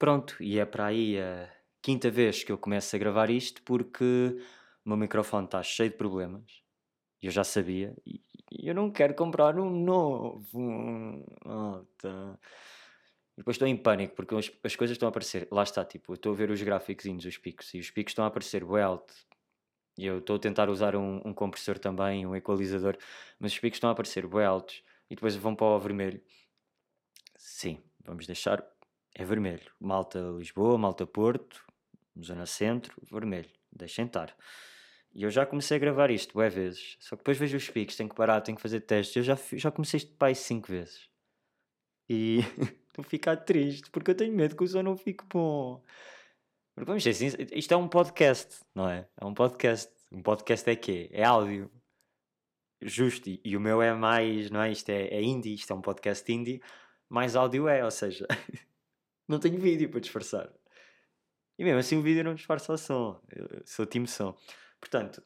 pronto, e é para aí a quinta vez que eu começo a gravar isto porque o meu microfone está cheio de problemas. Eu já sabia e eu não quero comprar um novo. Tá. E depois estou em pânico porque as coisas estão a aparecer. Lá está, tipo, eu estou a ver os gráficos dos picos e os picos estão a aparecer bué alto. E eu estou a tentar usar um compressor também, um equalizador, mas os picos estão a aparecer bué altos e depois vão para o vermelho. Sim, vamos deixar. É vermelho. Malta Lisboa, Malta Porto, Zona Centro, vermelho. Deixem estar. E eu já comecei a gravar isto bué vezes. Só que depois vejo os picos, tenho que parar, tenho que fazer testes. Eu já comecei isto para aí 5 vezes. E estou a ficar triste porque eu tenho medo que o som não fique bom. Porque vamos dizer assim, isto é um podcast, não é? É um podcast. Um podcast é quê? É áudio. Justo. E o meu é mais, não é? Isto é indie, isto é um podcast indie. Mais áudio é, ou seja, não tenho vídeo para disfarçar. E mesmo assim o vídeo não disfarça o som. Eu sou time som. Portanto,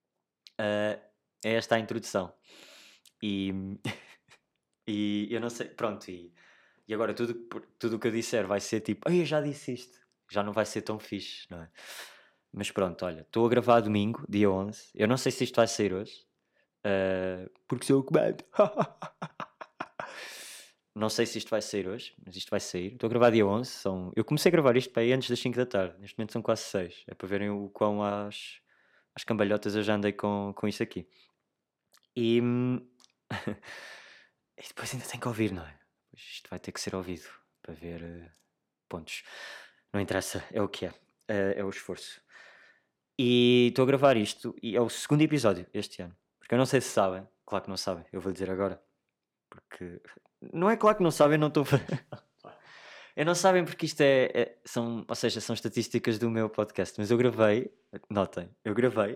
é esta a introdução. E, e eu não sei, pronto. E agora tudo o que eu disser vai ser tipo, ai, eu já disse isto. Já não vai ser tão fixe, não é? Mas pronto, olha, estou a gravar domingo, dia 11. Eu não sei se isto vai sair hoje. Porque sou o comando. Não sei se isto vai sair hoje, mas isto vai sair. Estou a gravar dia 11. Eu comecei a gravar isto para aí antes das 5 da tarde. Neste momento são quase 6. É para verem o quão às cambalhotas eu já andei com isto aqui. E, e depois ainda tenho que ouvir, não é? Isto vai ter que ser ouvido para ver pontos. Não interessa, é o que é. É o esforço. E estou a gravar isto e é o segundo episódio este ano. Porque eu não sei se sabem. Claro que não sabem. Eu vou dizer agora. Porque não é claro que não sabem, não estou. Eu não sabem porque isto são, ou seja, são estatísticas do meu podcast, mas eu gravei, notem, eu gravei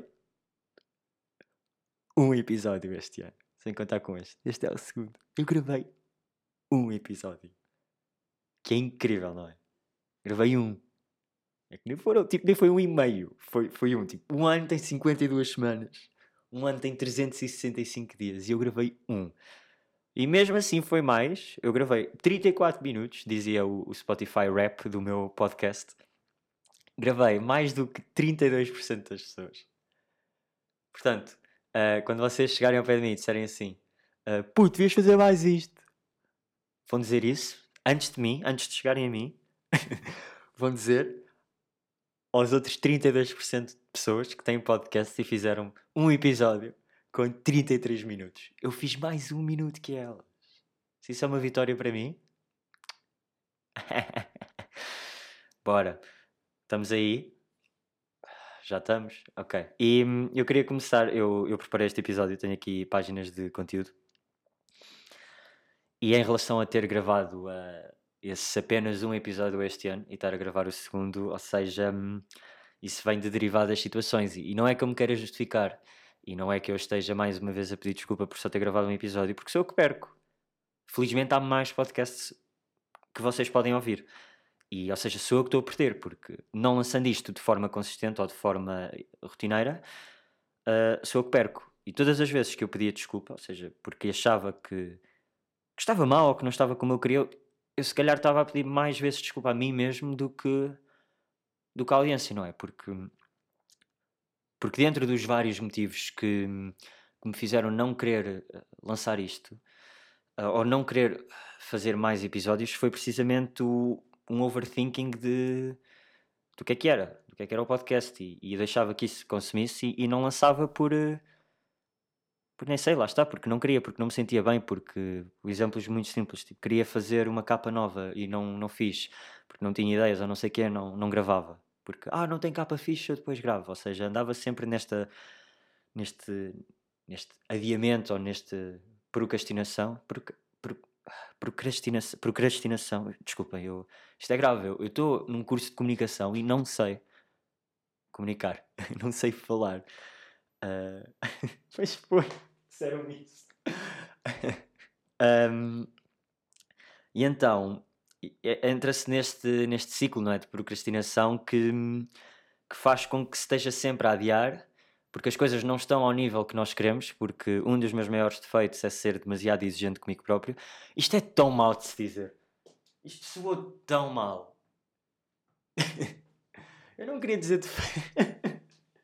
um episódio este ano, sem contar com este. Este é o segundo. Eu gravei um episódio. Que é incrível, não é? Gravei um. É que nem foram, tipo, nem foi um e meio. Foi um, tipo, um ano tem 52 semanas. Um ano tem 365 dias e eu gravei um. E mesmo assim foi mais. Eu gravei 34 minutos, dizia o Spotify Rap do meu podcast. Gravei mais do que 32% das pessoas. Portanto, quando vocês chegarem ao pé de mim e disserem assim, puto, devias fazer mais isto. Vão dizer isso antes de mim, antes de chegarem a mim. Vão dizer aos outros 32% de pessoas que têm podcast e fizeram um episódio com 33 minutos. Eu fiz mais um minuto que elas. Se isso é uma vitória para mim... Bora. Estamos aí? Já estamos? Ok. E eu queria começar. Eu preparei este episódio, tenho aqui páginas de conteúdo. E em relação a ter gravado esse apenas um episódio este ano e estar a gravar o segundo, ou seja, isso vem de derivadas situações. E não é que eu me queira justificar. E não é que eu esteja mais uma vez a pedir desculpa por só ter gravado um episódio, porque sou eu que perco. Felizmente há mais podcasts que vocês podem ouvir. E, ou seja, sou eu que estou a perder, porque não lançando isto de forma consistente ou de forma rotineira, sou eu que perco. E todas as vezes que eu pedia desculpa, ou seja, porque achava que estava mal ou que não estava como eu queria, eu se calhar estava a pedir mais vezes desculpa a mim mesmo do que à audiência, não é? Porque dentro dos vários motivos que me fizeram não querer lançar isto, ou não querer fazer mais episódios, foi precisamente um overthinking do que era, do que era o podcast e deixava que isso consumisse e não lançava por nem sei, lá está, porque não queria, porque não me sentia bem, porque exemplos muito simples, tipo, queria fazer uma capa nova e não fiz, porque não tinha ideias ou não sei o quê, não gravava, porque, não tem capa fixe, eu depois gravo, ou seja, andava sempre neste, neste adiamento ou neste procrastinação, procrastinação, desculpem, isto é grave, eu estou num curso de comunicação e não sei comunicar, não sei falar. Pois foi, disseram isso. E então, entra-se neste ciclo, não é, de procrastinação que faz com que se esteja sempre a adiar, porque as coisas não estão ao nível que nós queremos, porque um dos meus maiores defeitos é ser demasiado exigente comigo próprio. Isto é tão mal de se dizer. Isto soou tão mal. Eu não queria dizer defeito.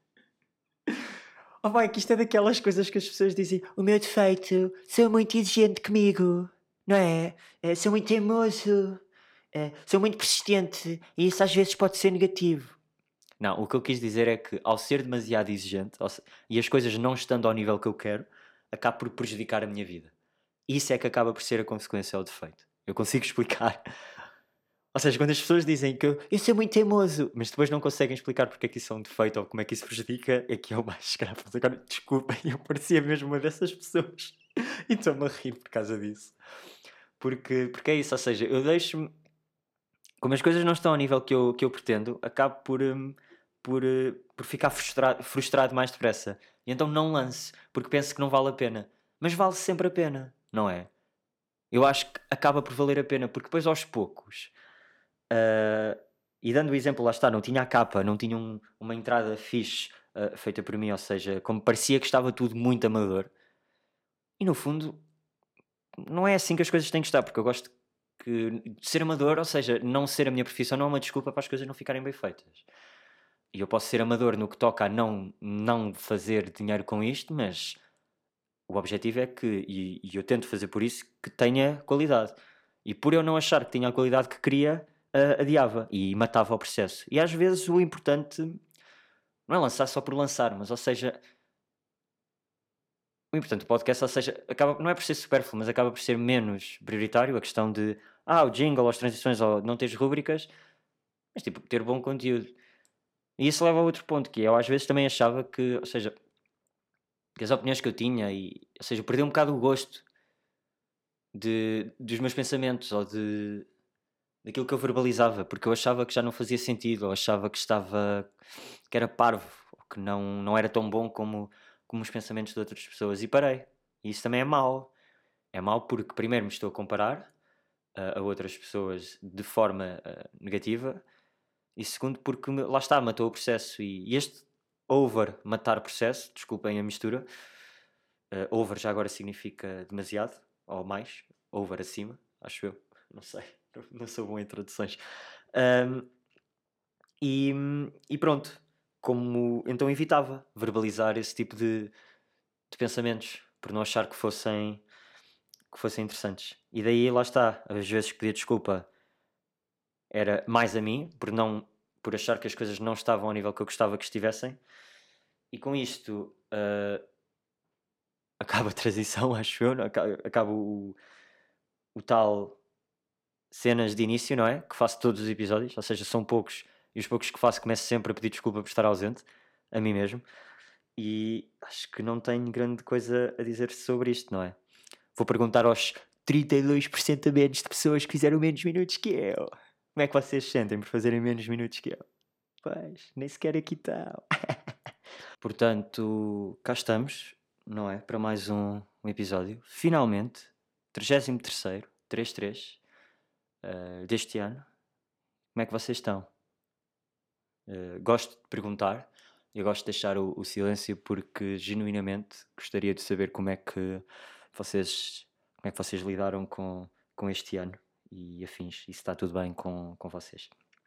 Oh, vai, que isto é daquelas coisas que as pessoas dizem: o meu defeito, sou muito exigente comigo, não é? Sou muito teimoso, sou muito persistente e isso às vezes pode ser negativo. Não, o que eu quis dizer é que ao ser demasiado exigente e as coisas não estando ao nível que eu quero, acaba por prejudicar a minha vida. Isso é que acaba por ser a consequência ao defeito. Eu consigo explicar. Ou seja, quando as pessoas dizem que eu sou muito teimoso, mas depois não conseguem explicar porque é que isso é um defeito ou como é que isso prejudica, é que é o mais grave. Mas agora, desculpem, eu parecia mesmo uma dessas pessoas. E estou-me a rir por causa disso. Porque é isso, ou seja, eu deixo-me. Como as coisas não estão ao nível que eu pretendo, acabo por ficar frustrado mais depressa. E então não lance, porque penso que não vale a pena. Mas vale sempre a pena, não é? Eu acho que acaba por valer a pena, porque depois aos poucos. ah, e dando o exemplo, lá está, não tinha a capa, não tinha uma entrada fixe feita por mim, ou seja, como parecia que estava tudo muito amador. E no fundo, não é assim que as coisas têm que estar, porque eu gosto de ser amador, ou seja, não ser a minha profissão não é uma desculpa para as coisas não ficarem bem feitas. E eu posso ser amador no que toca a não fazer dinheiro com isto, mas o objetivo é que, e eu tento fazer por isso, que tenha qualidade. E por eu não achar que tinha a qualidade que queria, adiava e matava o processo. E às vezes o importante não é lançar só por lançar, mas ou seja, o importante do podcast, ou seja, acaba, não é por ser supérfluo, mas acaba por ser menos prioritário a questão de o jingle, as transições, ou não teres rúbricas, mas tipo, ter bom conteúdo. E isso leva a outro ponto, que eu às vezes também achava que, ou seja, que as opiniões que eu tinha, ou seja, perdi um bocado o gosto dos meus pensamentos ou daquilo que eu verbalizava, porque eu achava que já não fazia sentido, ou achava que era parvo, ou que não era tão bom como os pensamentos de outras pessoas, e parei. E isso também é mau. É mau porque, primeiro, me estou a comparar a outras pessoas de forma negativa, e segundo, porque lá está, matou o processo. E este over matar o processo, desculpem a mistura, over já agora significa demasiado, ou mais, over acima, acho eu, não sei, não sou bom em traduções. Um, e pronto, como então evitava verbalizar esse tipo de pensamentos, por não achar que fossem interessantes. E daí lá está, às vezes pedir desculpa era mais a mim, por achar que as coisas não estavam ao nível que eu gostava que estivessem, e com isto acaba a transição, acho eu, não? Acaba o tal cenas de início, não é? Que faço todos os episódios, ou seja, são poucos, e os poucos que faço começo sempre a pedir desculpa por estar ausente, a mim mesmo, e acho que não tenho grande coisa a dizer sobre isto, não é? Vou perguntar aos 32% a menos de pessoas que fizeram menos minutos que eu. Como é que vocês se sentem por fazerem menos minutos que eu? Pois, nem sequer aqui estão. Portanto, cá estamos, não é? Para mais um episódio. Finalmente, 33º, 33, deste ano. Como é que vocês estão? Gosto de perguntar, eu gosto de deixar o silêncio porque genuinamente gostaria de saber como é que vocês lidaram com este ano e afins, e se está tudo bem com vocês.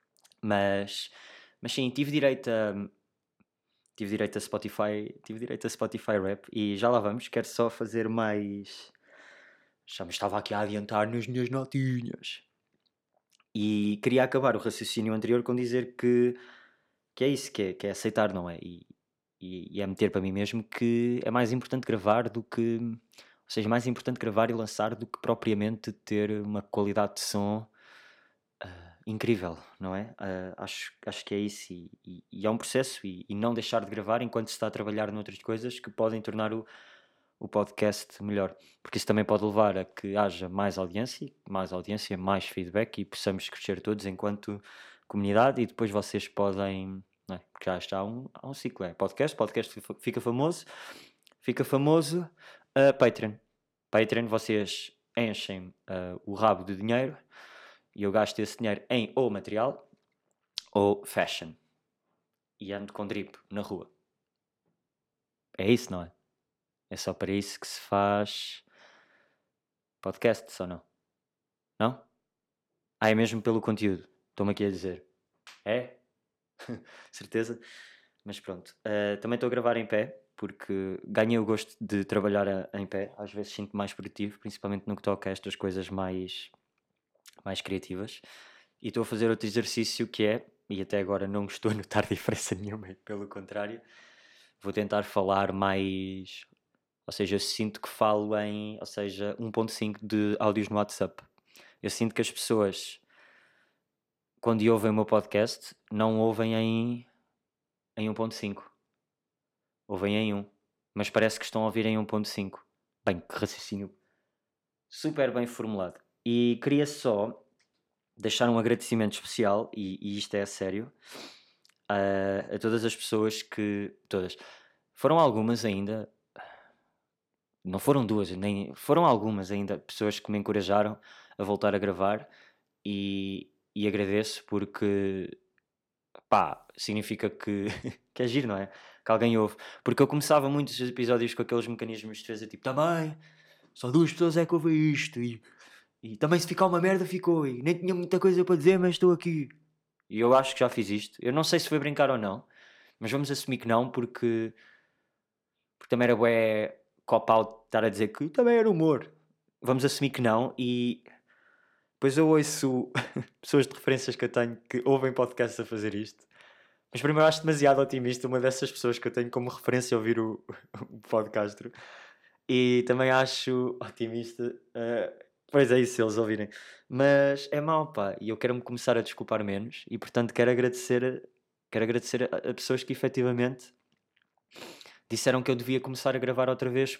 Mas sim, tive direito a Spotify Rap e já lá vamos, quero só fazer mais. Já me estava aqui a adiantar nas minhas notinhas. E queria acabar o raciocínio anterior com dizer que é isso, que é aceitar, não é? E é meter para mim mesmo que é mais importante gravar do que. Ou seja, mais importante gravar e lançar do que propriamente ter uma qualidade de som incrível, não é? Acho que é isso. E é um processo. E não deixar de gravar enquanto se está a trabalhar noutras coisas que podem tornar o podcast melhor. Porque isso também pode levar a que haja mais audiência, mais feedback e possamos crescer todos enquanto comunidade e depois vocês podem. Não é? Porque já está há um ciclo, é podcast fica famoso, Patreon. Patreon, vocês enchem o rabo de dinheiro e eu gasto esse dinheiro em ou material ou fashion. E ando com drip na rua. É isso, não é? É só para isso que se faz podcast, ou não? Não? É mesmo pelo conteúdo. Estou-me aqui a dizer. É? Certeza? Mas pronto. Também estou a gravar em pé, porque ganhei o gosto de trabalhar em pé. Às vezes sinto mais produtivo, principalmente no que toca a estas coisas mais criativas. E estou a fazer outro exercício que é, e até agora não estou a notar diferença nenhuma, pelo contrário, vou tentar falar mais. Ou seja, eu sinto que falo em, ou seja, 1.5 de áudios no WhatsApp. Eu sinto que as pessoas, quando ouvem o meu podcast, não ouvem em 1.5. Ouvem em 1. Mas parece que estão a ouvir em 1.5. Bem, que raciocínio super bem formulado. E queria só deixar um agradecimento especial, e isto é a sério, a todas as pessoas que. Todas. Foram algumas ainda, não foram duas, nem foram algumas ainda, pessoas que me encorajaram a voltar a gravar e agradeço porque pá, significa que, que é giro, não é? Que alguém ouve. Porque eu começava muitos episódios com aqueles mecanismos de defesa, tipo, também, só duas pessoas é que ouvem isto, e também se ficar uma merda ficou, e nem tinha muita coisa para dizer, mas estou aqui. E eu acho que já fiz isto. Eu não sei se foi brincar ou não, mas vamos assumir que não, porque também era bué cop-out estar a dizer que também era humor. Vamos assumir que não, e depois eu ouço pessoas de referências que eu tenho que ouvem podcasts a fazer isto. Mas primeiro acho demasiado otimista uma dessas pessoas que eu tenho como referência a ouvir o podcast. E também acho otimista. Pois é isso, se eles ouvirem. Mas é mau, pá. E eu quero-me começar a desculpar menos. E portanto quero agradecer a pessoas que efetivamente disseram que eu devia começar a gravar outra vez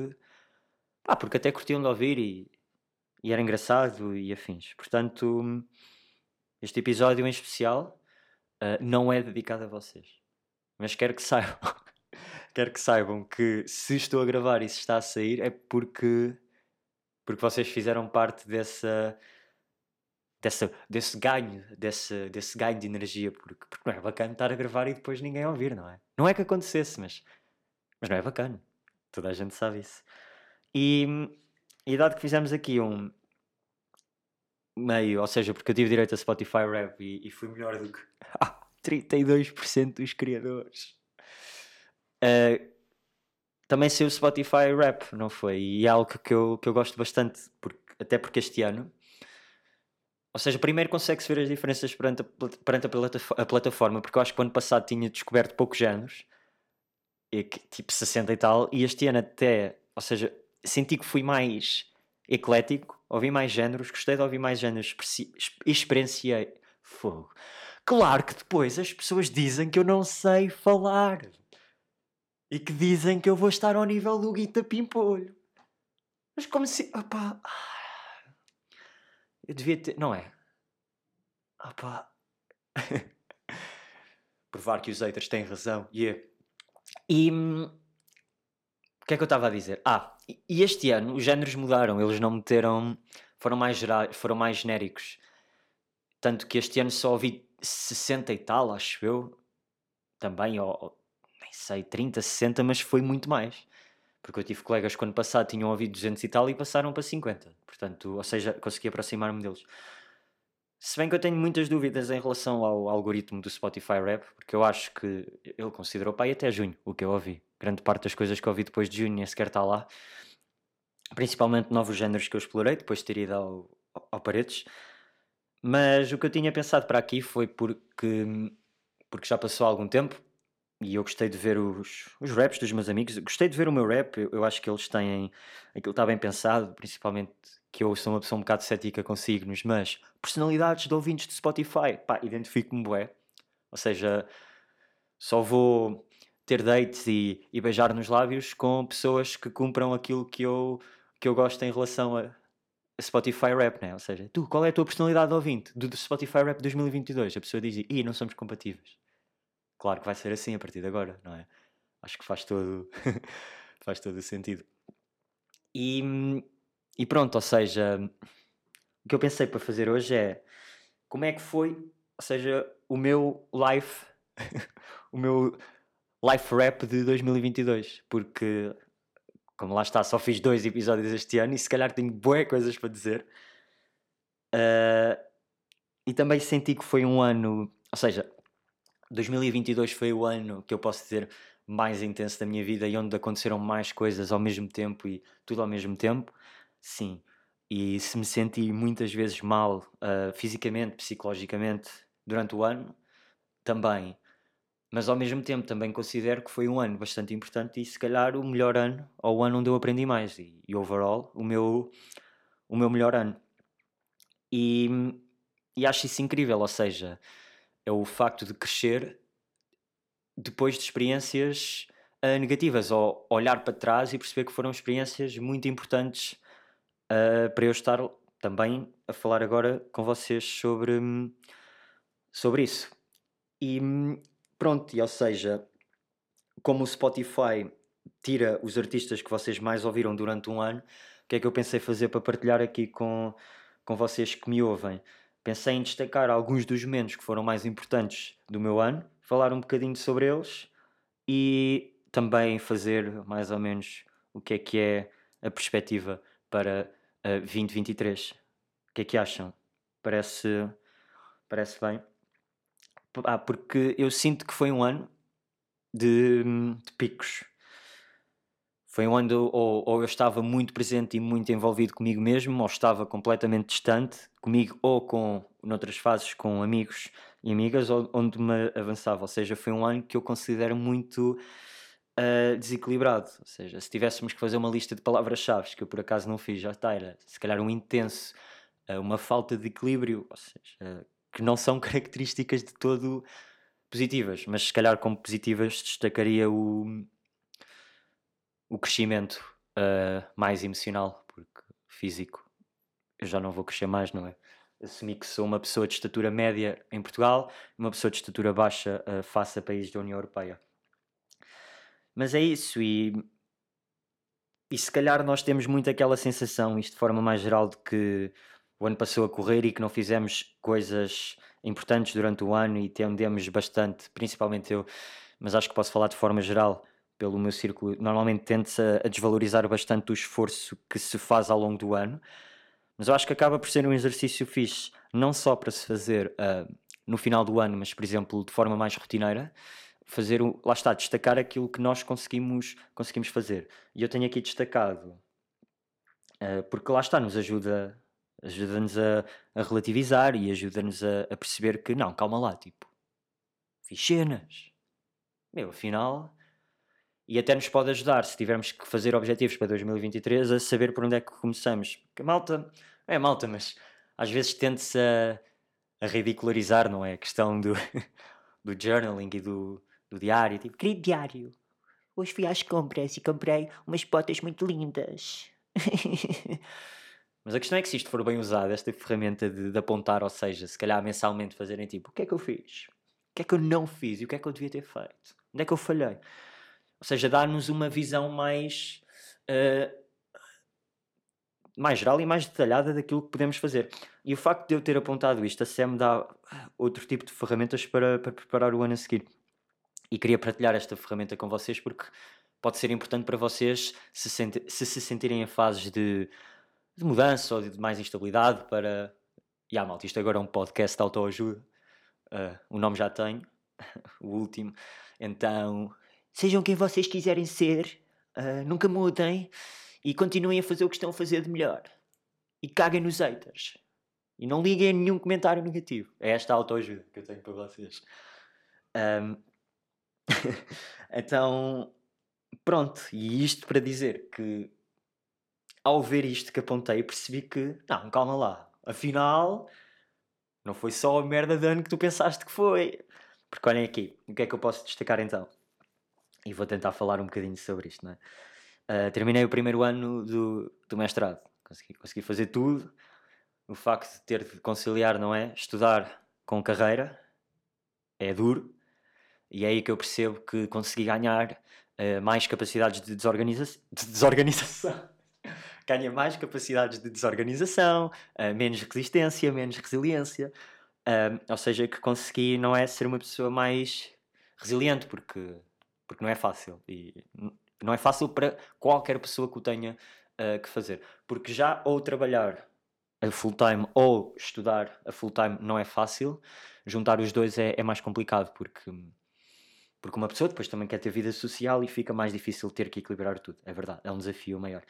porque até curtiam de ouvir e era engraçado e afins. Portanto, este episódio em especial não é dedicado a vocês. Mas quero que saibam, quero que saibam que se estou a gravar e se está a sair é porque vocês fizeram parte desse ganho, desse ganho de energia, porque não é bacana estar a gravar e depois ninguém ouvir, não é? Não é que acontecesse, mas não é bacana. Toda a gente sabe isso. E, e dado que fizemos aqui um meio, ou seja, porque eu tive direito a Spotify Rap e fui melhor do que 32% dos criadores. Também saiu o Spotify Rap, não foi? E é algo que eu gosto bastante, até porque este ano, ou seja, primeiro consegue-se ver as diferenças perante a plataforma, porque eu acho que o ano passado tinha descoberto poucos géneros, tipo 60 e tal, e este ano até, ou seja, senti que fui mais eclético, ouvi mais géneros, gostei de ouvir mais géneros, experienciei fogo. Claro que depois as pessoas dizem que eu não sei falar e que dizem que eu vou estar ao nível do Guita Pimpolho. Mas como se. Opá, eu devia ter. Não é? Opá. Provar que os haters têm razão. Yeah. E. O que é que eu estava a dizer? E este ano os géneros mudaram. Eles não meteram. Foram mais genéricos. Tanto que este ano só ouvi 60 e tal, acho eu. Também, ou nem sei, 30, 60, mas foi muito mais. Porque eu tive colegas que ano passado tinham ouvido 200 e tal e passaram para 50. Portanto, ou seja, consegui aproximar-me deles. Se bem que eu tenho muitas dúvidas em relação ao algoritmo do Spotify Rap, porque eu acho que ele considerou para aí até junho o que eu ouvi. Grande parte das coisas que eu ouvi depois de junho nem sequer está lá. Principalmente novos géneros que eu explorei, depois de ter ido ao Paredes. Mas o que eu tinha pensado para aqui foi porque já passou algum tempo e eu gostei de ver os raps dos meus amigos. Gostei de ver o meu rap, eu acho que eles têm. Aquilo está bem pensado, principalmente que eu sou uma pessoa um bocado cética com signos, mas personalidades de ouvintes de Spotify, pá, identifico-me bué. Ou seja, só vou ter dates e beijar nos lábios com pessoas que cumpram aquilo que eu gosto em relação a Spotify Rap, né? Ou seja, tu, qual é a tua personalidade de ouvinte do Spotify Rap 2022? A pessoa diz, não somos compatíveis. Claro que vai ser assim a partir de agora, não é? Acho que faz todo, faz todo o sentido. E, e pronto, ou seja, o que eu pensei para fazer hoje é como é que foi, ou seja, o meu life, o meu life rap de 2022, porque como lá está, só fiz 2 episódios este ano e se calhar tenho bué coisas para dizer. E também senti que foi um ano Ou seja, 2022 foi o ano que eu posso dizer mais intenso da minha vida e onde aconteceram mais coisas ao mesmo tempo e tudo ao mesmo tempo. Sim. E se me senti muitas vezes mal, fisicamente, psicologicamente, durante o ano, também. Mas ao mesmo tempo também considero que foi um ano bastante importante e se calhar o melhor ano, ou o ano onde eu aprendi mais. E overall, o meu melhor ano. E, e acho isso incrível, ou seja, é o facto de crescer depois de experiências negativas, ou olhar para trás e perceber que foram experiências muito importantes para eu estar também a falar agora com vocês sobre isso. E pronto, e ou seja, como o Spotify tira os artistas que vocês mais ouviram durante um ano, o que é que eu pensei fazer para partilhar aqui com vocês que me ouvem? Pensei em destacar alguns dos momentos que foram mais importantes do meu ano, falar um bocadinho sobre eles e também fazer mais ou menos o que é a perspectiva para 2023. O que é que acham? Parece bem? Porque eu sinto que foi um ano de picos. Foi um ano ou eu estava muito presente e muito envolvido comigo mesmo, ou estava completamente distante comigo, ou noutras fases, com amigos e amigas, onde me avançava. Ou seja, foi um ano que eu considero muito desequilibrado. Ou seja, se tivéssemos que fazer uma lista de palavras-chave, que eu por acaso não fiz, já está, era se calhar um intenso, uma falta de equilíbrio, ou seja, que não são características de todo positivas, mas se calhar como positivas destacaria o crescimento mais emocional, porque físico eu já não vou crescer mais, não é? Assumi que sou uma pessoa de estatura média em Portugal e uma pessoa de estatura baixa face a países da União Europeia. Mas é isso, e se calhar nós temos muito aquela sensação, isto de forma mais geral, de que o ano passou a correr e que não fizemos coisas importantes durante o ano e tendemos bastante, principalmente eu, mas acho que posso falar de forma geral, pelo meu círculo, normalmente tende-se a desvalorizar bastante o esforço que se faz ao longo do ano, mas eu acho que acaba por ser um exercício fixe, não só para se fazer no final do ano, mas por exemplo de forma mais rotineira, fazer lá está, destacar aquilo que nós conseguimos fazer. E eu tenho aqui destacado, porque lá está, ajuda-nos a relativizar e ajuda-nos a perceber que não, calma lá, tipo, fiz cenas, meu, afinal, e até nos pode ajudar se tivermos que fazer objetivos para 2023 a saber por onde é que começamos. Porque a malta, é malta, mas às vezes tende-se a ridicularizar, não é? A questão do journaling e do diário. Tipo, querido diário, hoje fui às compras e comprei umas botas muito lindas. Mas a questão é que se isto for bem usado, esta ferramenta de apontar, ou seja, se calhar mensalmente fazerem tipo, o que é que eu fiz? O que é que eu não fiz? E o que é que eu devia ter feito? Onde é que eu falhei? Ou seja, dá-nos uma visão eh, mais geral e mais detalhada daquilo que podemos fazer. E o facto de eu ter apontado isto, a SEM dá outro tipo de ferramentas para preparar o ano a seguir. E queria partilhar esta ferramenta com vocês porque pode ser importante para vocês se sentirem em fases de mudança ou de mais instabilidade para... malta, isto agora é um podcast de autoajuda. O nome já tenho, o último. Então, sejam quem vocês quiserem ser, nunca mudem e continuem a fazer o que estão a fazer de melhor. E caguem nos haters. E não liguem a nenhum comentário negativo. É esta a autoajuda que eu tenho para vocês. Ahm, então, pronto. E isto para dizer que, ao ver isto que apontei, percebi que, não, calma lá. Afinal, não foi só a merda de ano que tu pensaste que foi. Porque olhem aqui, o que é que eu posso destacar então? E vou tentar falar um bocadinho sobre isto, não é? Terminei o primeiro ano do mestrado. Consegui fazer tudo. O facto de ter de conciliar, não é? Estudar com carreira é duro. E é aí que eu percebo que consegui ganhar mais capacidades de desorganização. Ganha mais capacidades de desorganização, menos resistência, menos resiliência. Ou seja, que consegui, não é, ser uma pessoa mais resiliente, porque não é fácil. E não é fácil para qualquer pessoa que o tenha que fazer. Porque já ou trabalhar a full time ou estudar a full time não é fácil. Juntar os dois é mais complicado porque uma pessoa depois também quer ter vida social e fica mais difícil ter que equilibrar tudo. É verdade, é um desafio maior.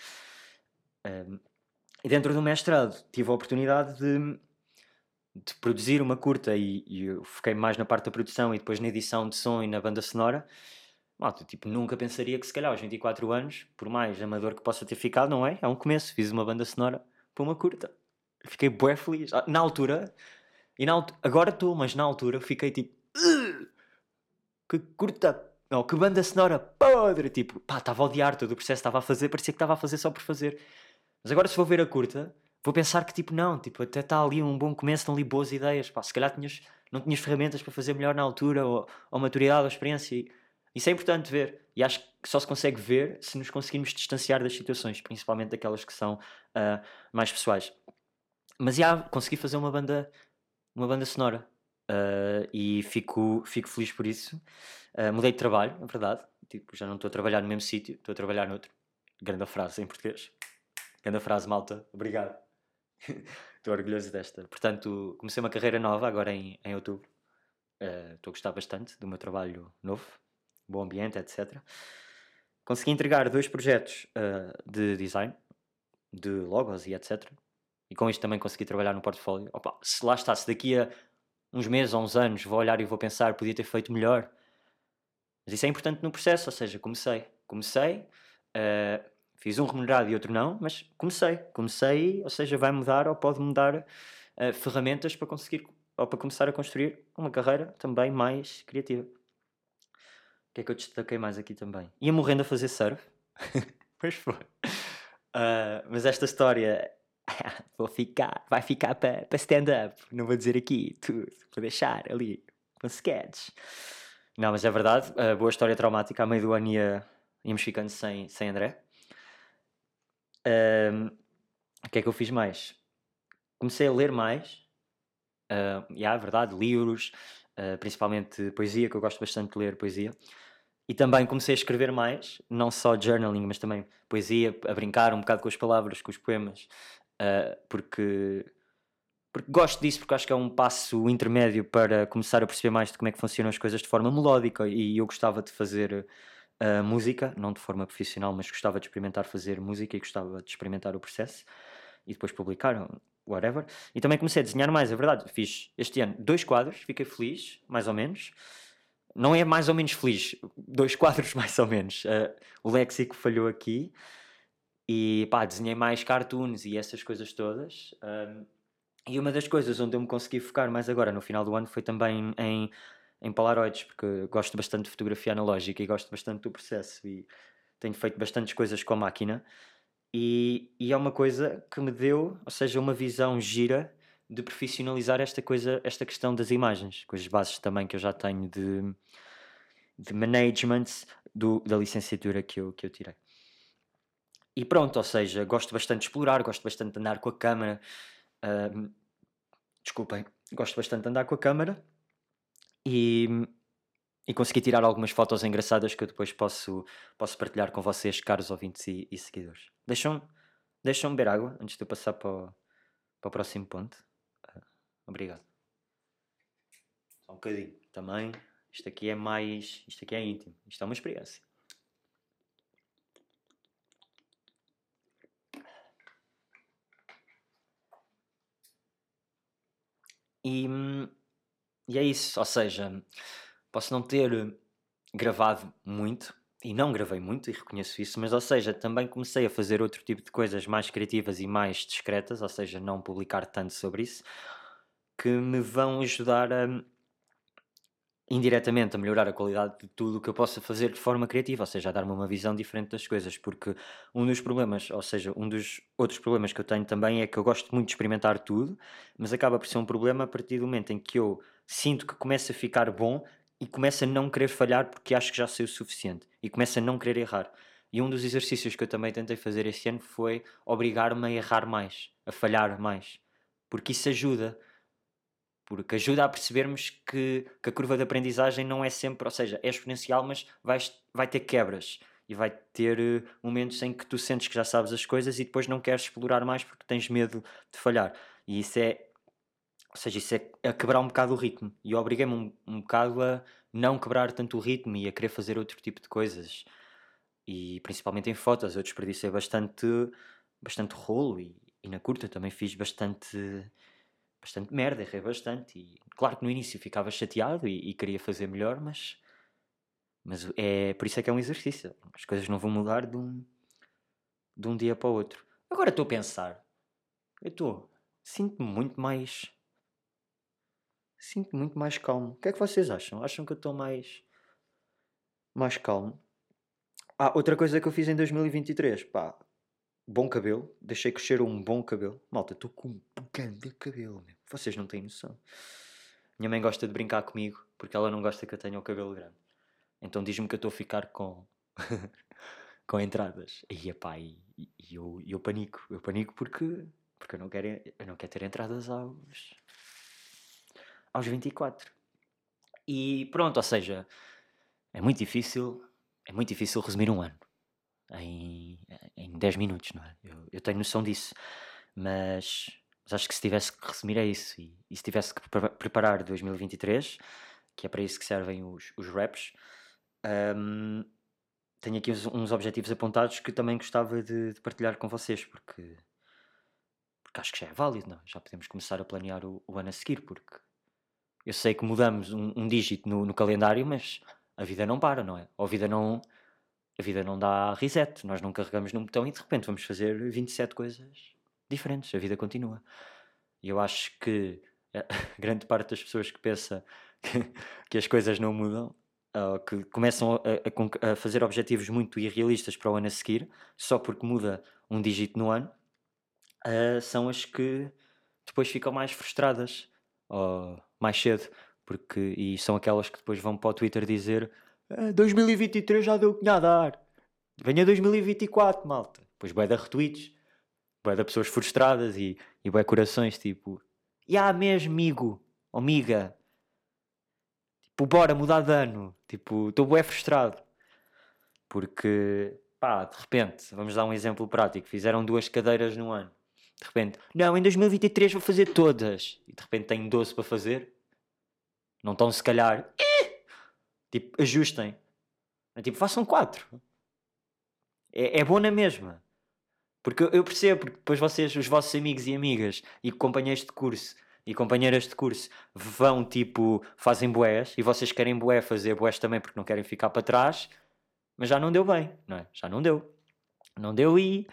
E dentro do mestrado tive a oportunidade de produzir uma curta e eu fiquei mais na parte da produção e depois na edição de som e na banda sonora. Malta, tipo, nunca pensaria que se calhar aos 24 anos, por mais amador que possa ter ficado, não é? É um começo. Fiz uma banda sonora para uma curta. Fiquei bué feliz. Na altura, agora estou, mas na altura fiquei tipo, que curta, não, que banda sonora podre. Tipo, pá, estava a odiar todo o processo, estava a fazer, parecia que estava a fazer só por fazer. Mas agora se vou ver a curta, vou pensar que tipo, não, tipo, até está ali um bom começo, estão ali boas ideias. Pá, se calhar não tinhas ferramentas para fazer melhor na altura, ou maturidade, ou experiência. Isso é importante ver. E acho que só se consegue ver se nos conseguirmos distanciar das situações, principalmente daquelas que são mais pessoais. Mas já consegui fazer uma banda sonora. E fico feliz por isso. Mudei de trabalho, é verdade. Tipo, já não estou a trabalhar no mesmo sítio, estou a trabalhar noutro. Grande frase em português. Grande frase, malta. Obrigado. Estou orgulhoso desta. Portanto, comecei uma carreira nova agora em outubro. Estou a gostar bastante do meu trabalho novo. Bom ambiente, etc. Consegui entregar 2 projetos de design, de logos e etc. E com isto também consegui trabalhar no portfólio. Opa, se lá está, se daqui a uns meses ou uns anos vou olhar e vou pensar, podia ter feito melhor. Mas isso é importante no processo, ou seja, comecei, fiz um remunerado e outro não, mas comecei, ou seja, vai mudar ou pode mudar ferramentas para conseguir, ou para começar a construir uma carreira também mais criativa. O que é que eu destaquei mais aqui também? Ia morrendo a fazer surf. Pois foi. Mas esta história vai ficar para stand-up. Não vou dizer aqui tudo, vou deixar ali com sketch. Não, mas é verdade, boa história traumática. A meio do ano íamos ficando sem André. O que é que eu fiz mais? Comecei a ler mais. É verdade, livros, principalmente poesia, que eu gosto bastante de ler poesia. E também comecei a escrever mais, não só journaling, mas também poesia, a brincar um bocado com as palavras, com os poemas, porque gosto disso, porque acho que é um passo intermédio para começar a perceber mais de como é que funcionam as coisas de forma melódica, e eu gostava de fazer música, não de forma profissional, mas gostava de experimentar fazer música e gostava de experimentar o processo e depois publicar, whatever. E também comecei a desenhar mais, é verdade. Fiz este ano 2 quadros, fiquei feliz, mais ou menos. Não é mais ou menos feliz, 2 quadros mais ou menos. O léxico falhou aqui. E pá, desenhei mais cartoons e essas coisas todas. E uma das coisas onde eu me consegui focar mais agora no final do ano foi também em Polaroids, porque gosto bastante de fotografia analógica e gosto bastante do processo e tenho feito bastantes coisas com a máquina e é uma coisa que me deu, ou seja, uma visão gira de profissionalizar esta questão das imagens, com as bases também que eu já tenho de management da licenciatura que eu tirei. E pronto, ou seja, gosto bastante de explorar, gosto bastante de andar com a câmera. Desculpem, gosto bastante de andar com a câmera e, consegui tirar algumas fotos engraçadas que eu depois posso partilhar com vocês, caros ouvintes e seguidores. Deixam-me beber água antes de eu passar para o próximo ponto. Obrigado. Só um bocadinho. Também, isto aqui é íntimo. Isto é uma experiência. E é isso, ou seja, posso não ter gravado muito, e não gravei muito, e reconheço isso, mas ou seja, também comecei a fazer outro tipo de coisas mais criativas e mais discretas, ou seja, não publicar tanto sobre isso, que me vão ajudar indiretamente a melhorar a qualidade de tudo o que eu possa fazer de forma criativa, ou seja, a dar-me uma visão diferente das coisas, porque um dos problemas, ou seja, um dos outros problemas que eu tenho também é que eu gosto muito de experimentar tudo, mas acaba por ser um problema a partir do momento em que eu sinto que começa a ficar bom e começo a não querer falhar porque acho que já sei o suficiente e começo a não querer errar. E um dos exercícios que eu também tentei fazer este ano foi obrigar-me a errar mais, a falhar mais, porque isso ajuda, porque ajuda a percebermos que a curva de aprendizagem não é sempre, ou seja, é exponencial, mas vai ter quebras. e vai ter momentos em que tu sentes que já sabes as coisas e depois não queres explorar mais porque tens medo de falhar. E isso é, ou seja, isso é a quebrar um bocado o ritmo. E eu obriguei-me um bocado a não quebrar tanto o ritmo e a querer fazer outro tipo de coisas. E principalmente em fotos, eu desperdicei bastante rolo e na curta também fiz bastante merda, errei bastante. E claro que no início ficava chateado e queria fazer melhor, mas é por isso é que é um exercício. As coisas não vão mudar de um dia para o outro. Agora estou a pensar, eu estou, sinto-me muito mais, sinto-me muito mais calmo. O que é que vocês acham? Acham que eu estou mais calmo? Outra coisa que eu fiz em 2023, pá, bom cabelo, deixei crescer um bom cabelo. Malta, estou com um grande cabelo, meu. Vocês não têm noção. Minha mãe gosta de brincar comigo porque ela não gosta que eu tenha o cabelo grande. Então diz-me que eu estou a ficar com com entradas. E epá, eu panico. Eu panico porque eu não quero ter entradas aos 24. E pronto, ou seja, é muito difícil, é muito difícil resumir um ano em 10 minutos, não é? Eu tenho noção disso. Mas acho que se tivesse que resumir é isso. E se tivesse que preparar 2023, que é para isso que servem os raps, hum, tenho aqui uns objetivos apontados que também gostava de partilhar com vocês, porque acho que já é válido, não? Já podemos começar a planear o ano a seguir, porque eu sei que mudamos um dígito no calendário, mas a vida não para, não é? Ou a vida não dá reset, nós não carregamos num botão e de repente vamos fazer 27 coisas diferentes, a vida continua. E eu acho que a grande parte das pessoas que pensa que as coisas não mudam, ou que começam a fazer objetivos muito irrealistas para o ano a seguir, só porque muda um dígito no ano, são as que depois ficam mais frustradas, ou mais cedo, e são aquelas que depois vão para o Twitter dizer 2023 já deu o que tinha a dar, venha 2024, malta. Depois bué de retweets, bué de pessoas frustradas e bué corações, tipo, mesmo, amigo, ou amiga, tipo, bora mudar de ano, tipo, estou bué frustrado, porque, pá, de repente, vamos dar um exemplo prático, fizeram 2 cadeiras no ano, de repente, não, em 2023 vou fazer todas, e de repente tenho 12 para fazer, não estão se calhar, tipo, ajustem, é tipo, façam 4, é bom na mesma. Porque eu percebo, porque depois vocês, os vossos amigos e amigas e companheiros de curso e companheiras de curso vão tipo, fazem bués e vocês querem bué fazer bués também porque não querem ficar para trás, mas já não deu bem, não é? Já não deu. Não deu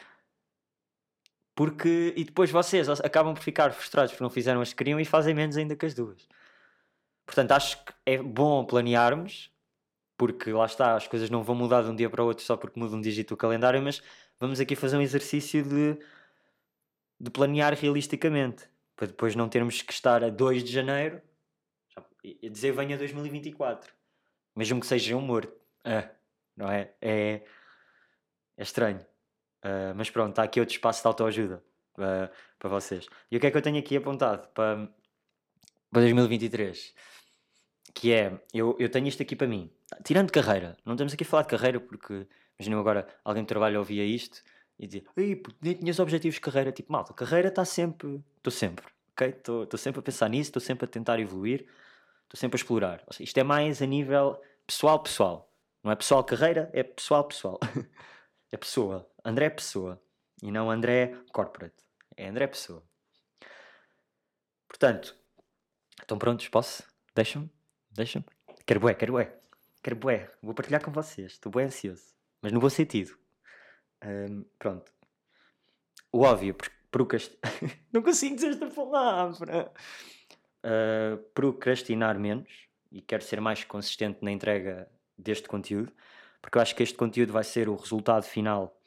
e depois vocês acabam por ficar frustrados porque não fizeram as que queriam e fazem menos ainda que as duas. Portanto, acho que é bom planearmos, porque lá está, as coisas não vão mudar de um dia para o outro só porque muda um dígito do calendário, mas vamos aqui fazer um exercício de planear realisticamente, para depois não termos que estar a 2 de janeiro e dizer venha 2024, mesmo que seja um morto. Não é? É estranho. Mas pronto, está aqui outro espaço de autoajuda para vocês. E o que é que eu tenho aqui apontado para 2023? Que é, eu tenho isto aqui para mim. Tirando carreira, não estamos aqui a falar de carreira porque, imaginem agora, alguém de trabalho ouvia isto e dizia, ei, nem tinhas objetivos de carreira. Tipo, malta, carreira está sempre, estou sempre, ok? Estou sempre a pensar nisso, estou sempre a tentar evoluir, estou sempre a explorar. Ou seja, isto é mais a nível pessoal. Não é pessoal carreira, é pessoal. É pessoa. André Pessoa. E não André Corporate. É André Pessoa. Portanto, estão prontos? Posso? Deixam-me? Deixam-me? Quero bué, quero bué. Quero bué. Vou partilhar com vocês. Estou bué ansioso. Mas no bom sentido. Pronto. O óbvio, não consigo dizer esta palavra. Procrastinar menos. E quero ser mais consistente na entrega deste conteúdo. Porque eu acho que este conteúdo vai ser o resultado final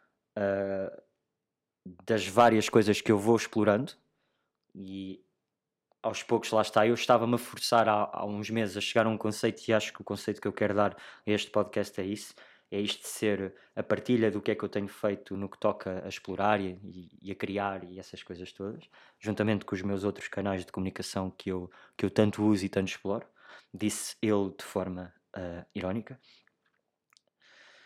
das várias coisas que eu vou explorando. E aos poucos, lá está, eu estava-me a forçar há uns meses a chegar a um conceito e acho que o conceito que eu quero dar a este podcast é isso, é isto de ser a partilha do que é que eu tenho feito no que toca a explorar e a criar e essas coisas todas, juntamente com os meus outros canais de comunicação que eu tanto uso e tanto exploro, disse ele de forma irónica.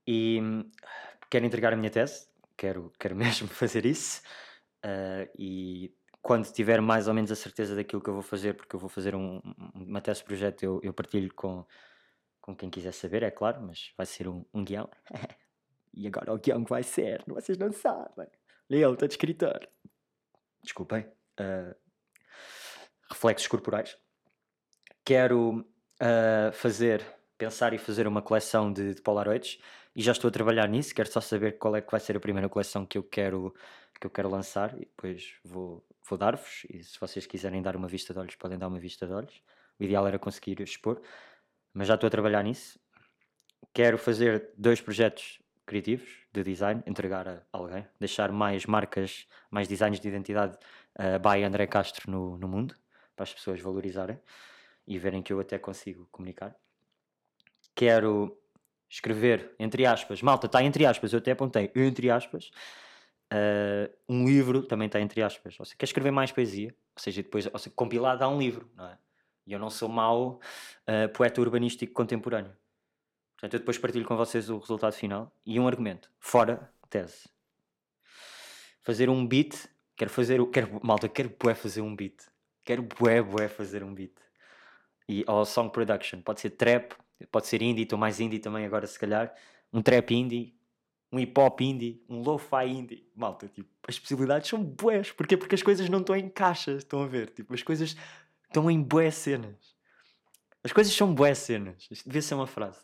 E quero entregar a minha tese, quero mesmo fazer isso. E quando tiver mais ou menos a certeza daquilo que eu vou fazer, porque eu vou fazer uma tese de projeto, eu partilho com quem quiser saber, é claro, mas vai ser um guião. E agora o guião que vai ser, vocês não sabem. Eu estou de escritor. Desculpem. Reflexos corporais. Quero pensar e fazer uma coleção de Polaroids e já estou a trabalhar nisso. Quero só saber qual é que vai ser a primeira coleção que eu quero lançar e depois vou dar-vos. E se vocês quiserem dar uma vista de olhos, podem dar uma vista de olhos. O ideal era conseguir expor, mas já estou a trabalhar nisso. Quero fazer 2 projetos criativos de design, entregar a alguém, deixar mais marcas, mais designs de identidade by André Castro no mundo, para as pessoas valorizarem e verem que eu até consigo comunicar. Quero escrever, entre aspas, malta, está entre aspas, eu até apontei, entre aspas, um livro, também está entre aspas. Ou seja, quer escrever mais poesia, ou seja, depois, compilado a um livro, não é? E eu não sou mau poeta urbanístico contemporâneo. Portanto, eu depois partilho com vocês o resultado final e um argumento, fora tese. Fazer um beat, malta, quero bué fazer um beat. Quero bué fazer um beat. Ou song production, pode ser trap, pode ser indie, estou mais indie também agora se calhar. Um trap indie, um hip hop indie, um lo-fi indie. Malta, tipo, as possibilidades são bués. Porquê? Porque as coisas não estão em caixas, estão a ver? Tipo, as coisas estão em bué cenas. As coisas são bué cenas. Isto devia ser uma frase.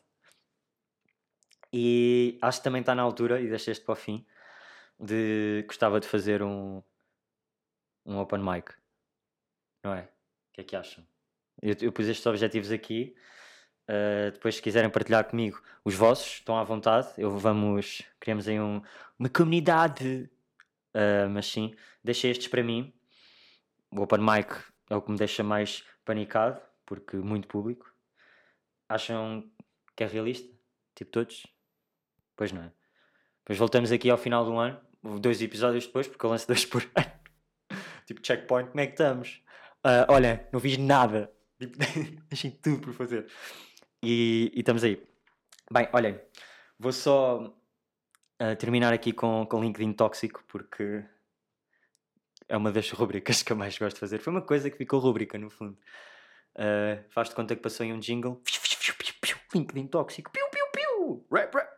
E acho que também está na altura, e deixei este para o fim, gostava de fazer um open mic. Não é? O que é que acham? Eu pus estes objetivos aqui. Depois, se quiserem partilhar comigo os vossos, estão à vontade. Criamos aí uma comunidade. Mas sim, deixei estes para mim. O open mic é o que me deixa mais panicado, porque muito público. Acham que é realista? Tipo todos? Pois não é. Depois voltamos aqui ao final do ano, 2 episódios depois, porque eu lanço 2 por ano. Tipo, checkpoint, como é que estamos? Olha, não fiz nada. Tipo, deixem tudo por fazer. E estamos aí. Bem, olhem, vou só terminar aqui com LinkedIn tóxico, porque é uma das rubricas que eu mais gosto de fazer. Foi uma coisa que ficou rubrica, no fundo. Faz de conta que passou em um jingle. LinkedIn tóxico. Piu, piu, piu. Rap, rap.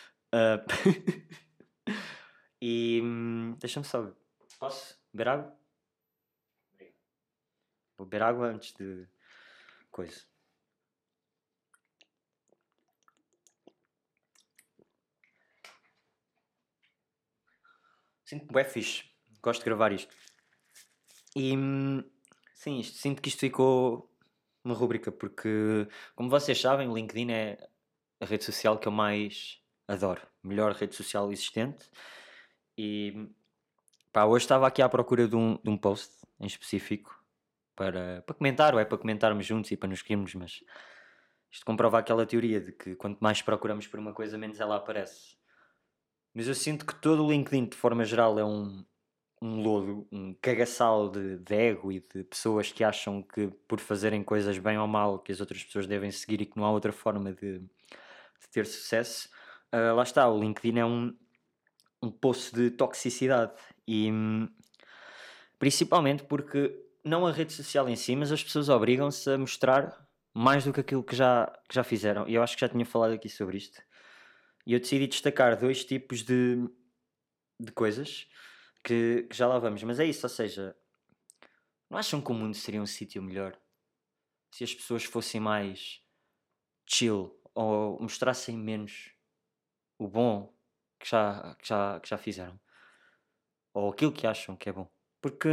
E deixa-me só. Posso beber água? Vou beber água antes de coisa. Sinto-me bem fixe. Gosto de gravar isto. E sim, sinto que isto ficou uma rúbrica, porque, como vocês sabem, o LinkedIn é a rede social que eu mais adoro. Melhor rede social existente. E pá, hoje estava aqui à procura de um post em específico para comentar, ou é para comentarmos juntos e para nos rirmos, mas isto comprova aquela teoria de que quanto mais procuramos por uma coisa, menos ela aparece. Mas eu sinto que todo o LinkedIn, de forma geral, é um lodo, um cagaçal de ego e de pessoas que acham que por fazerem coisas bem ou mal que as outras pessoas devem seguir e que não há outra forma de ter sucesso. Lá está, o LinkedIn é um poço de toxicidade e principalmente porque não a rede social em si, mas as pessoas obrigam-se a mostrar mais do que aquilo que já fizeram. E eu acho que já tinha falado aqui sobre isto. E eu decidi destacar 2 tipos de coisas que já lá vamos. Mas é isso, ou seja, não acham que o mundo seria um sítio melhor se as pessoas fossem mais chill ou mostrassem menos o bom que já fizeram? Ou aquilo que acham que é bom? Porque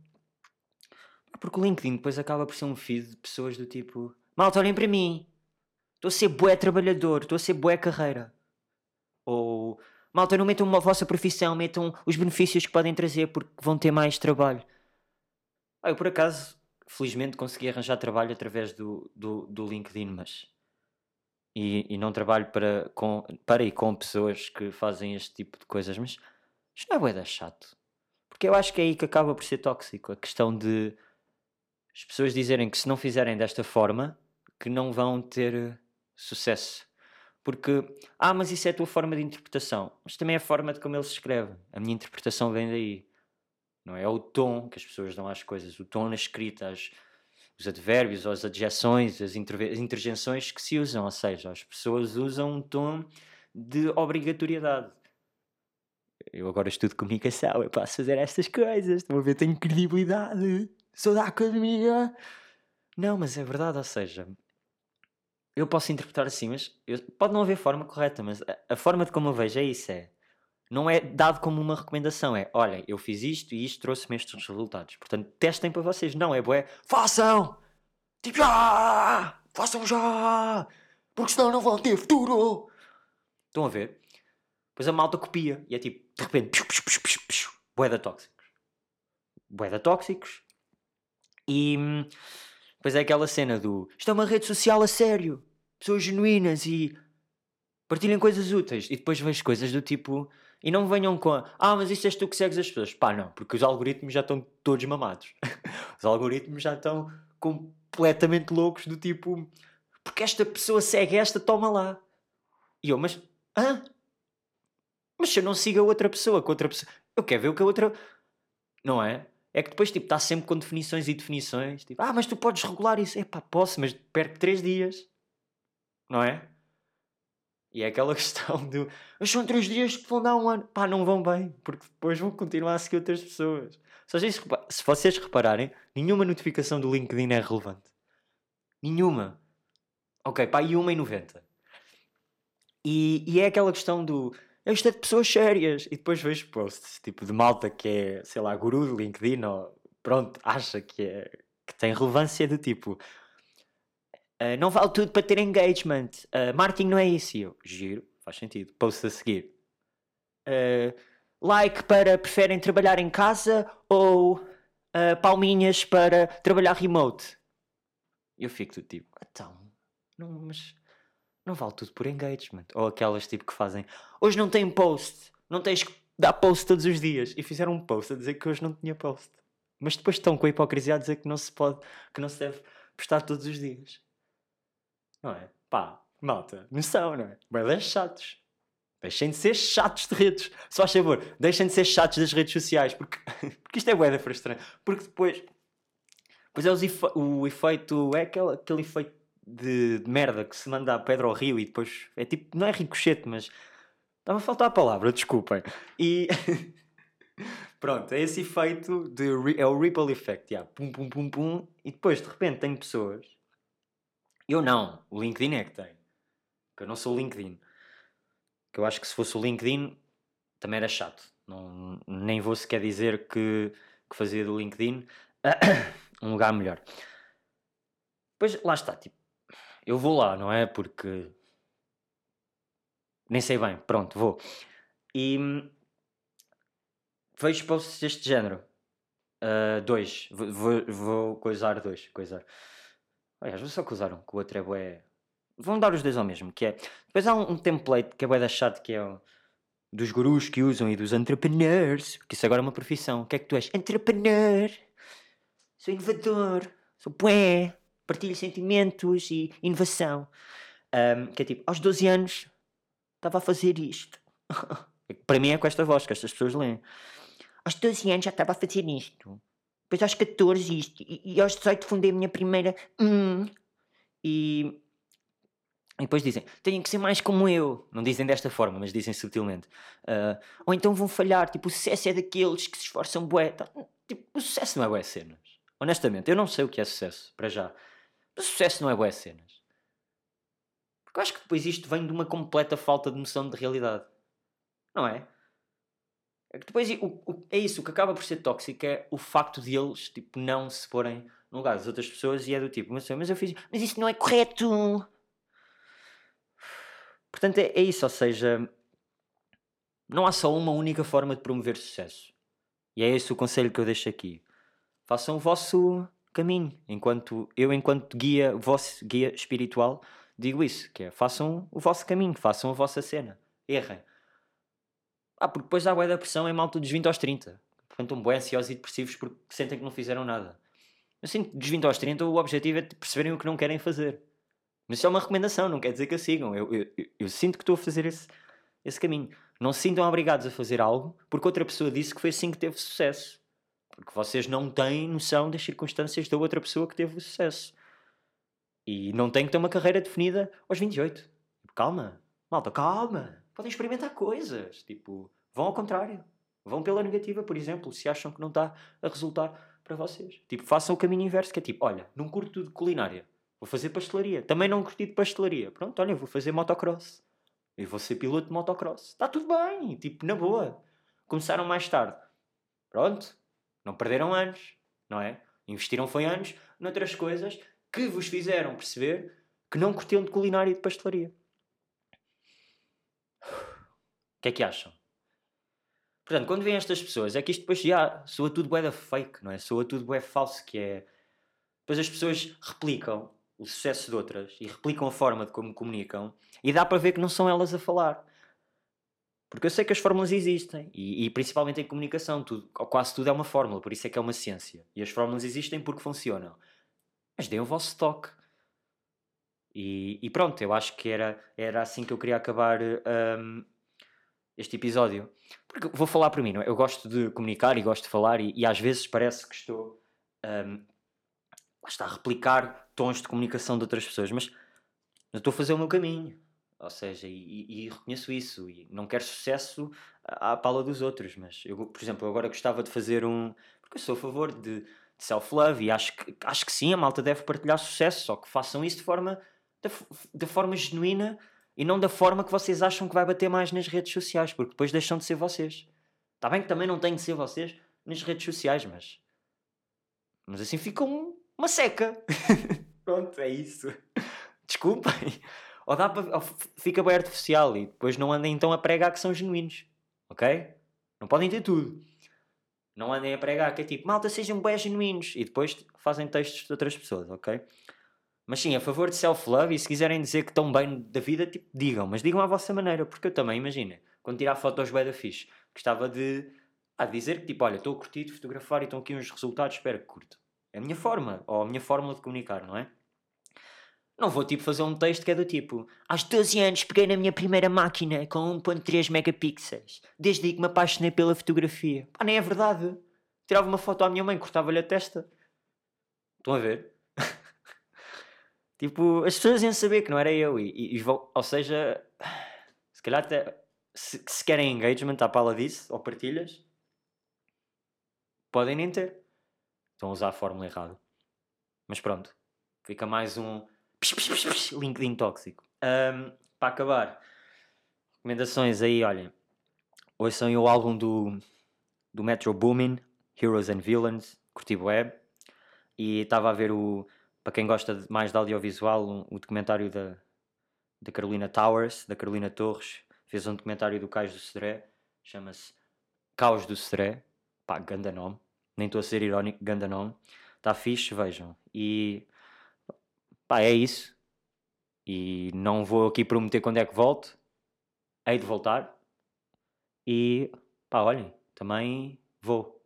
o LinkedIn depois acaba por ser um feed de pessoas do tipo: malta, olhem para mim, estou a ser bué trabalhador, estou a ser bué carreira. Ou malta, não metam a vossa profissão, metam os benefícios que podem trazer porque vão ter mais trabalho. Eu por acaso, felizmente, consegui arranjar trabalho através do LinkedIn, mas. E não trabalho para e com pessoas que fazem este tipo de coisas, mas isto não é bué da chato. Porque eu acho que é aí que acaba por ser tóxico. A questão de as pessoas dizerem que se não fizerem desta forma, que não vão ter sucesso. Porque, mas isso é a tua forma de interpretação. Mas também é a forma de como ele se escreve. A minha interpretação vem daí. Não é o tom que as pessoas dão às coisas, o tom na escrita, os advérbios, as adjeções, as interjeições que se usam. Ou seja, as pessoas usam um tom de obrigatoriedade. Eu agora estudo comunicação, eu posso fazer estas coisas, estão a ver, tenho credibilidade, sou da academia. Não, mas é verdade, ou seja, eu posso interpretar assim, mas pode não haver forma correta, mas a forma de como eu vejo é isso, não é dado como uma recomendação, olhem, eu fiz isto e isto trouxe-me estes resultados, portanto testem para vocês, não é bué, façam, tipo já, façam já, porque senão não vão ter futuro. Estão a ver? Depois a malta copia e é tipo, de repente, bué tóxicos. Bué tóxicos. E depois é aquela cena do isto é uma rede social a sério, pessoas genuínas e partilhem coisas úteis. E depois vejo coisas do tipo, e não venham com mas isto és tu que segues as pessoas. Pá, não, porque os algoritmos já estão todos mamados. Os algoritmos já estão completamente loucos do tipo, porque esta pessoa segue esta, toma lá. E eu, mas se eu não sigo a outra pessoa, eu quero ver o que a outra... Não é? É que depois, tipo, está sempre com definições e definições. Tipo, mas tu podes regular isso. Posso, mas perco 3 dias. Não é? E é aquela questão do... Mas são 3 dias que vão dar um ano. Não vão bem. Porque depois vão continuar a seguir outras pessoas. Se vocês repararem, nenhuma notificação do LinkedIn é relevante. Nenhuma. Ok, e 1 em 90. E é aquela questão do... Isto é de pessoas sérias. E depois vejo posts tipo de malta que é, sei lá, guru de LinkedIn ou pronto, acha que tem relevância do tipo não vale tudo para ter engagement. Marketing não é isso. E eu, giro, faz sentido. Post a seguir. Like para preferem trabalhar em casa ou palminhas para trabalhar remote. Eu fico do tipo, então, mas não vale tudo por engagement. Ou aquelas tipo que fazem hoje não tem post, não tens que dar post todos os dias. E fizeram um post a dizer que hoje não tinha post. Mas depois estão com a hipocrisia a dizer que não se pode, que não se deve postar todos os dias. Não é? Malta, noção, não é? Mas chatos. Deixem de ser chatos de redes. Só a favor, deixem de ser chatos das redes sociais. Porque isto é bué da frustrante. Porque depois é o efeito, é aquele efeito de merda que se manda a pedra ao rio e depois é tipo, não é ricochete, mas estava a faltar a palavra, desculpem. E pronto, é esse efeito é o ripple effect, pum pum pum pum, e depois de repente tem pessoas, eu não, o LinkedIn é que tem, porque eu não sou o LinkedIn, que eu acho que se fosse o LinkedIn também era chato, nem vou sequer dizer que fazia do LinkedIn um lugar melhor. Depois lá está, tipo, eu vou lá, não é? Porque nem sei bem, pronto, vou. E vejo posts deste género. 2. Vou coisar 2. Aliás, vou só coisar um, que o outro é bué. Vão dar os dois ao mesmo, que é... Depois há um template que é bué da chato, que é dos gurus que usam e dos entrepreneurs, porque isso agora é uma profissão. O que é que tu és? Entrepreneur. Sou inovador. Sou bué. Partilho sentimentos e inovação. Que é tipo, aos 12 anos estava a fazer isto. Para mim é com esta voz que estas pessoas leem. Aos 12 anos já estava a fazer isto. Depois aos 14 isto. E aos 18 fundei a minha primeira... E depois dizem, têm que ser mais como eu. Não dizem desta forma, mas dizem subtilmente. Ou então vão falhar. Tipo, o sucesso é daqueles que se esforçam bué. Tipo, o sucesso não é bué cenas. Honestamente, eu não sei o que é sucesso, para já. O sucesso não é bué cenas. Porque eu acho que depois isto vem de uma completa falta de noção de realidade. Não é? É que depois é isso, o que acaba por ser tóxico é o facto de eles tipo, não se porem no lugar das outras pessoas e é do tipo, mas eu fiz, mas isso não é correto. Portanto, é isso, ou seja, não há só uma única forma de promover sucesso. E é esse o conselho que eu deixo aqui. Façam o vosso caminho. Enquanto guia, vosso guia espiritual, digo isso, que é, façam o vosso caminho, façam a vossa cena. Errem. Porque depois há bué da pressão em malta dos 20 aos 30. Portanto, estão bué ansiosos e depressivos porque sentem que não fizeram nada. Eu sinto que dos 20 aos 30 o objetivo é perceberem o que não querem fazer. Mas isso é uma recomendação, não quer dizer que a sigam. Eu sinto que estou a fazer esse caminho. Não se sintam obrigados a fazer algo porque outra pessoa disse que foi assim que teve sucesso. Porque vocês não têm noção das circunstâncias da outra pessoa que teve o sucesso. E não têm que ter uma carreira definida aos 28. Calma, malta, calma. Podem experimentar coisas. Tipo, vão ao contrário. Vão pela negativa, por exemplo, se acham que não está a resultar para vocês. Tipo, façam o caminho inverso, que é tipo, olha, não curto de culinária, vou fazer pastelaria. Também não curti de pastelaria. Pronto, olha, vou fazer motocross. Eu vou ser piloto de motocross. Está tudo bem, tipo, na boa. Começaram mais tarde. Pronto, não perderam anos, não é? Investiram foi anos noutras coisas que vos fizeram perceber que não curtiam de culinária e de pastelaria. O que é que acham? Portanto, quando vêm estas pessoas, é que isto depois já soa tudo bué da fake, não é? Soa tudo bué falso, que é... Depois as pessoas replicam o sucesso de outras e replicam a forma de como comunicam e dá para ver que não são elas a falar. Porque eu sei que as fórmulas existem e principalmente em comunicação, tudo, ou quase tudo é uma fórmula, por isso é que é uma ciência. E as fórmulas existem porque funcionam. Mas deem o vosso toque. E pronto, eu acho que era assim que eu queria acabar este episódio. Porque vou falar por mim, não é? Eu gosto de comunicar e gosto de falar e às vezes parece que estou lá está, a replicar tons de comunicação de outras pessoas, mas eu estou a fazer o meu caminho. Ou seja, e reconheço isso. E não quero sucesso à pala dos outros. Mas, eu, por exemplo, eu agora gostava de fazer um... Porque eu sou a favor de self-love e acho que sim, a malta deve partilhar sucesso. Só que façam isso da forma genuína e não da forma que vocês acham que vai bater mais nas redes sociais. Porque depois deixam de ser vocês. Está bem que também não têm de ser vocês nas redes sociais, mas assim fica uma seca. Pronto, é isso. Desculpem. Ou fica bem artificial e depois não andem então a pregar que são genuínos. Ok? Não podem ter tudo. Não andem a pregar que é tipo, malta, sejam bem genuínos. E depois fazem textos de outras pessoas, ok? Mas sim, a favor de self-love e se quiserem dizer que estão bem da vida, tipo, digam. Mas digam à vossa maneira, porque eu também, imagina, quando tirar fotos bué da fixe, gostava de dizer que tipo, olha, estou a curtir de fotografar e estão aqui uns resultados, espero que curto. É a minha forma, ou a minha fórmula de comunicar, não é? Não vou tipo fazer um texto que é do tipo aos 12 anos peguei na minha primeira máquina com 1.3 megapixels. Desde aí que me apaixonei pela fotografia. Pá, nem é verdade. Tirava uma foto à minha mãe, cortava-lhe a testa. Estão a ver? Tipo, as pessoas iam saber que não era eu. Ou seja, se calhar até se querem engagement à pala disso, ou partilhas, podem nem ter. Estão a usar a fórmula errada. Mas pronto. Fica mais um LinkedIn tóxico. Para acabar, recomendações aí, olhem. Ouçam aí o álbum do Metro Boomin, Heroes and Villains, curti bué. E estava a ver para quem gosta mais de audiovisual, o documentário da Carolina Towers, da Carolina Torres. Fez um documentário do Cais do Sodré, chama-se Caos do Sodré. Pá, ganda nome. Nem estou a ser irónico, ganda nome. Está fixe, vejam. E pá, é isso. E não vou aqui prometer quando é que volto. Hei de voltar. E pá, olhem, também vou.